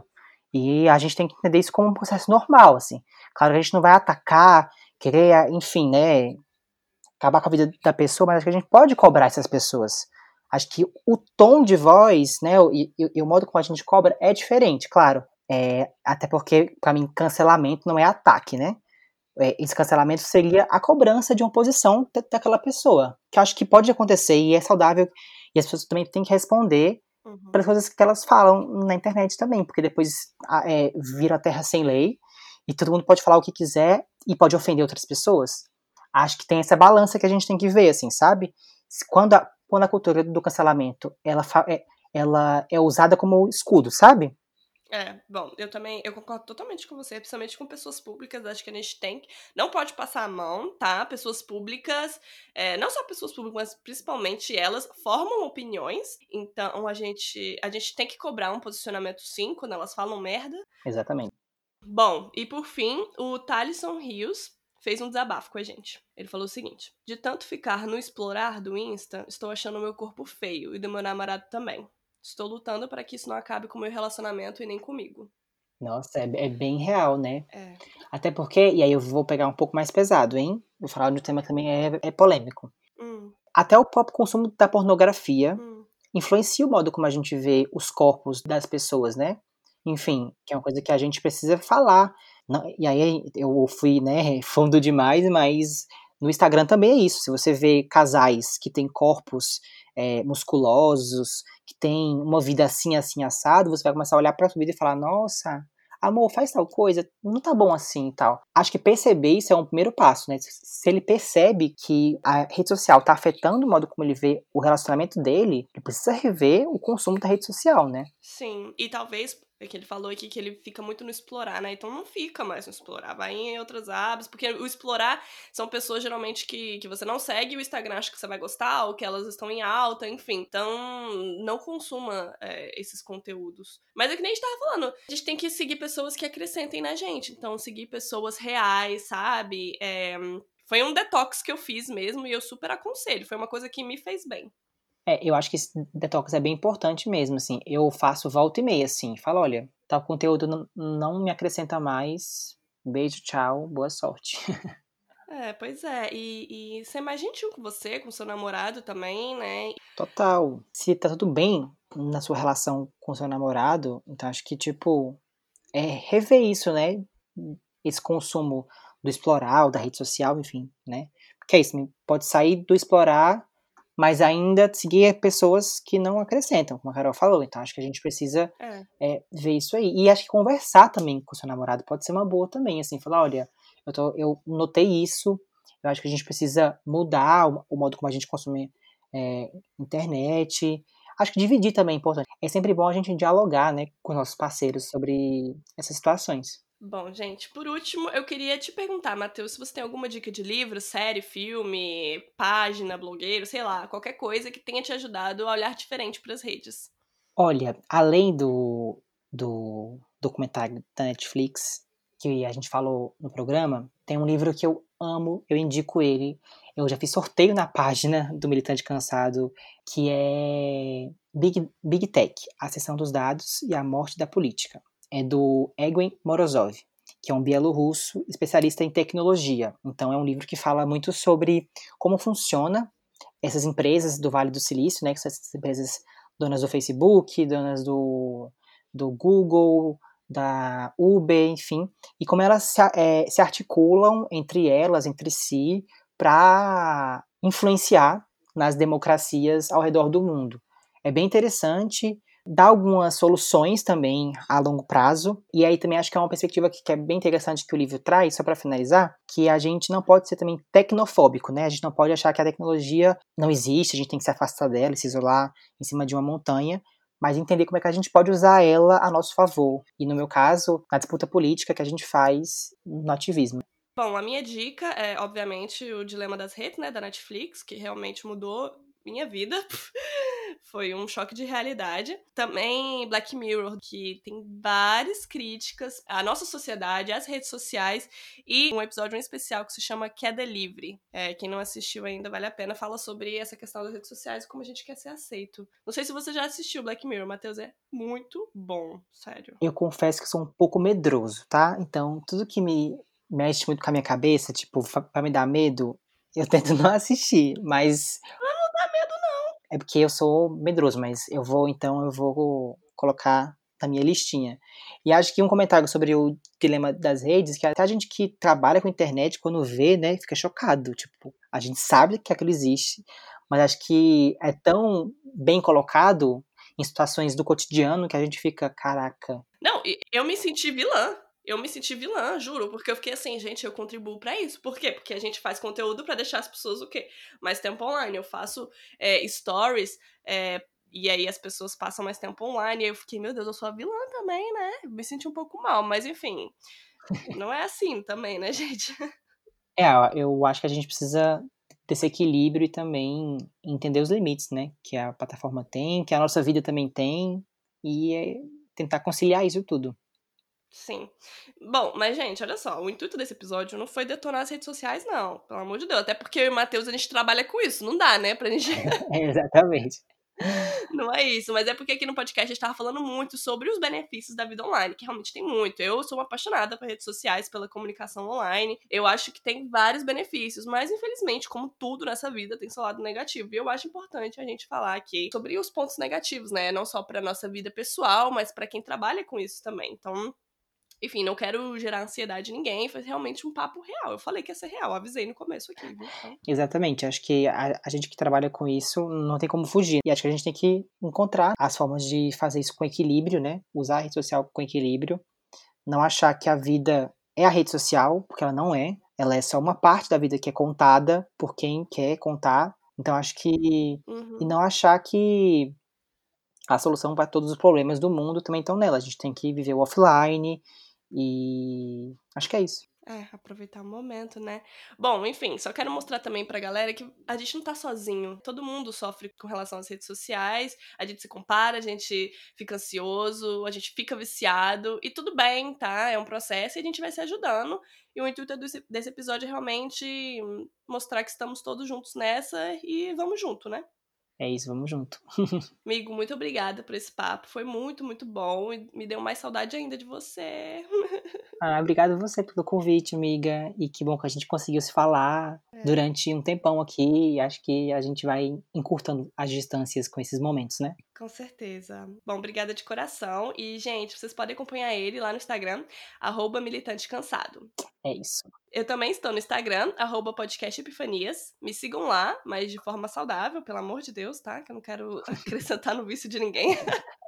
E a gente tem que entender isso como um processo normal, assim. Claro que a gente não vai atacar, querer, enfim, né, acabar com a vida da pessoa, mas acho que a gente pode cobrar essas pessoas. Acho que o tom de voz, né, e, e, e o modo como a gente cobra é diferente, claro. É, até porque, para mim, cancelamento não é ataque, né? É, esse cancelamento seria a cobrança de uma posição da, daquela pessoa. Que eu acho que pode acontecer e é saudável. E as pessoas também têm que responder uhum. pelas coisas que elas falam na internet também, porque depois é, vira a terra sem lei e todo mundo pode falar o que quiser e pode ofender outras pessoas. Acho que tem essa balança que a gente tem que ver, assim, sabe? Quando a, quando a cultura do cancelamento ela, é, ela é usada como escudo, sabe? É, bom, eu também, eu concordo totalmente com você, principalmente com pessoas públicas, acho que a gente tem, não pode passar a mão, tá? Pessoas públicas, é, não só pessoas públicas, mas principalmente elas formam opiniões, então a gente, a gente tem que cobrar um posicionamento sim quando elas falam merda. Exatamente. Bom, e por fim, o Thalisson Rios fez um desabafo com a gente. Ele falou o seguinte: de tanto ficar no explorar do Insta, estou achando meu corpo feio e do meu namorado também. Estou lutando para que isso não acabe com o meu relacionamento e nem comigo. Nossa, é, é bem real, né? É. Até porque, e aí eu vou pegar um pouco mais pesado, hein? Vou falar de um tema que também é, é polêmico. Hum, Até o próprio consumo da pornografia hum. influencia o modo como a gente vê os corpos das pessoas, né? Enfim, que é uma coisa que a gente precisa falar. Não- e aí eu fui, né, fundo demais, mas no Instagram também é isso. Se você vê casais que têm corpos é, musculosos, que têm uma vida assim, assim, assado, você vai começar a olhar pra sua vida e falar, nossa, amor, faz tal coisa, não tá bom assim e tal. Acho que perceber isso é um primeiro passo, né? Se ele percebe que a rede social tá afetando o modo como ele vê o relacionamento dele, ele precisa rever o consumo da rede social, né? Sim, e talvez, é que ele falou aqui que ele fica muito no explorar, né? Então não fica mais no explorar, vai em outras abas, porque o explorar são pessoas geralmente que, que você não segue, e o Instagram acha que você vai gostar, ou que elas estão em alta, enfim. Então não consuma é, esses conteúdos. Mas é que nem a gente tava falando, a gente tem que seguir pessoas que acrescentem na gente. Então seguir pessoas reais, sabe? É, foi um detox que eu fiz mesmo e eu super aconselho. Foi uma coisa que me fez bem. É, eu acho que esse detox é bem importante mesmo, assim. Eu faço volta e meia, assim. Falo, olha, tal conteúdo não, não me acrescenta mais. Beijo, tchau, boa sorte. É, pois é. E, e ser mais gentil com você, com seu namorado também, né? Total. Se tá tudo bem na sua relação com seu namorado, então acho que, tipo, é rever isso, né? Esse consumo do explorar, ou da rede social, enfim, né? Porque é isso, pode sair do explorar, mas ainda seguir pessoas que não acrescentam, como a Carol falou. Então acho que a gente precisa É. é, ver isso aí. E acho que conversar também com o seu namorado pode ser uma boa também, assim, falar, olha, eu, tô, eu notei isso, eu acho que a gente precisa mudar o, o modo como a gente consome é, internet. Acho que dividir também é importante. É sempre bom a gente dialogar, né, com nossos parceiros sobre essas situações. Bom, gente, por último, eu queria te perguntar, Matheus, se você tem alguma dica de livro, série, filme, página, blogueiro, sei lá, qualquer coisa que tenha te ajudado a olhar diferente para as redes. Olha, além do, do documentário da Netflix, que a gente falou no programa, tem um livro que eu amo, eu indico ele. Eu já fiz sorteio na página do Militante Cansado, que é Big, Big Tech, A Seção dos Dados e a Morte da Política. É do Egwen Morozov, que é um bielorrusso especialista em tecnologia. Então é um livro que fala muito sobre como funciona essas empresas do Vale do Silício, né, que são essas empresas donas do Facebook, donas do, do Google, da Uber, enfim, e como elas se, é, se articulam entre elas, entre si, para influenciar nas democracias ao redor do mundo. É bem interessante, dá algumas soluções também a longo prazo, e aí também acho que é uma perspectiva que, que é bem interessante que o livro traz, só para finalizar, que a gente não pode ser também tecnofóbico, né? A gente não pode achar que a tecnologia não existe, a gente tem que se afastar dela e se isolar em cima de uma montanha, mas entender como é que a gente pode usar ela a nosso favor. E no meu caso, na disputa política que a gente faz no ativismo. Bom, a minha dica é, obviamente, o Dilema das Redes, né, da Netflix, que realmente mudou minha vida. Foi um choque de realidade. Também Black Mirror, que tem várias críticas à nossa sociedade, às redes sociais, e um episódio em especial que se chama Queda Livre. É, quem não assistiu ainda, vale a pena, fala sobre essa questão das redes sociais e como a gente quer ser aceito. Não sei se você já assistiu Black Mirror, Matheus, é muito bom, sério. Eu confesso que sou um pouco medroso, tá? Então, tudo que me mexe muito com a minha cabeça, tipo, pra me dar medo, eu tento não assistir, mas Não dá medo, não. é porque eu sou medroso, mas eu vou, então, eu vou colocar na minha listinha. E acho que um comentário sobre o dilema das redes, que até a gente que trabalha com internet, quando vê, né, fica chocado. Tipo, a gente sabe que aquilo existe, mas acho que é tão bem colocado em situações do cotidiano que a gente fica, caraca. Não, eu me senti vilã. Eu me senti vilã, juro, porque eu fiquei assim, gente, eu contribuo pra isso. Por quê? Porque a gente faz conteúdo pra deixar as pessoas o quê? Mais tempo online. Eu faço é, stories, é, e aí as pessoas passam mais tempo online. E aí eu fiquei, meu Deus, eu sou a vilã também, né? Eu me senti um pouco mal, mas enfim, não é assim também, né, gente? É, eu acho que a gente precisa ter esse equilíbrio e também entender os limites, né? Que a plataforma tem, que a nossa vida também tem, e é tentar conciliar isso tudo. Sim. Bom, mas, gente, olha só, o intuito desse episódio não foi detonar as redes sociais, não. Pelo amor de Deus. Até porque eu e o Matheus, a gente trabalha com isso. Não dá, né? Pra gente. É, exatamente. Não é isso, mas é porque aqui no podcast a gente tava falando muito sobre os benefícios da vida online, que realmente tem muito. Eu sou uma apaixonada por redes sociais, pela comunicação online. Eu acho que tem vários benefícios, mas infelizmente, como tudo nessa vida, tem seu lado negativo. E eu acho importante a gente falar aqui sobre os pontos negativos, né? Não só pra nossa vida pessoal, mas pra quem trabalha com isso também. Então, enfim, não quero gerar ansiedade em ninguém, foi realmente um papo real. Eu falei que ia ser real, avisei no começo aqui, viu? Então... Exatamente. Acho que a, a gente que trabalha com isso não tem como fugir. E acho que a gente tem que encontrar as formas de fazer isso com equilíbrio, né? Usar a rede social com equilíbrio. Não achar que a vida é a rede social, porque ela não é. Ela é só uma parte da vida que é contada por quem quer contar. Então acho que. Uhum. E não achar que a solução para todos os problemas do mundo também estão nela. A gente tem que viver o offline. E acho que é isso. É, aproveitar o momento, né? Bom, enfim, só quero mostrar também pra galera que a gente não tá sozinho. Todo mundo sofre com relação às redes sociais, a gente se compara, a gente fica ansioso, a gente fica viciado, e tudo bem, tá? É um processo e a gente vai se ajudando. E o intuito desse, desse episódio é realmente mostrar que estamos todos juntos nessa e vamos junto, né? É isso, vamos junto. Amigo, muito obrigada por esse papo. Foi muito, muito bom e me deu mais saudade ainda de você. Ah, obrigado você pelo convite, amiga. E que bom que a gente conseguiu se falar É. durante um tempão aqui. E acho que a gente vai encurtando as distâncias com esses momentos, né? Com certeza. Bom, obrigada de coração. E, gente, vocês podem acompanhar ele lá no Instagram, arroba militante cansado. É isso. Eu também estou no Instagram, arroba podcast Epifanias. Me sigam lá, mas de forma saudável, pelo amor de Deus, tá? Que eu não quero acrescentar no vício de ninguém.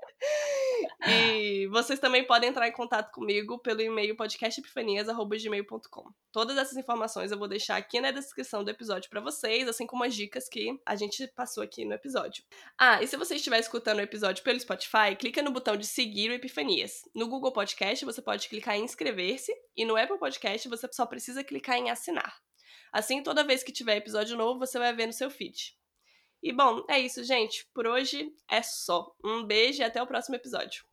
E vocês também podem entrar em contato comigo pelo e-mail podcastepifanias arroba gmail ponto com. Todas essas informações eu vou deixar aqui na descrição do episódio pra vocês, assim como as dicas que a gente passou aqui no episódio. Ah, e se você estiver escutando o episódio pelo Spotify, clica no botão de seguir o Epifanias. No Google Podcast você pode clicar em inscrever-se e no Apple Podcast você só precisa clicar em assinar. Assim, toda vez que tiver episódio novo, você vai ver no seu feed. E bom, é isso, gente. Por hoje é só. Um beijo e até o próximo episódio.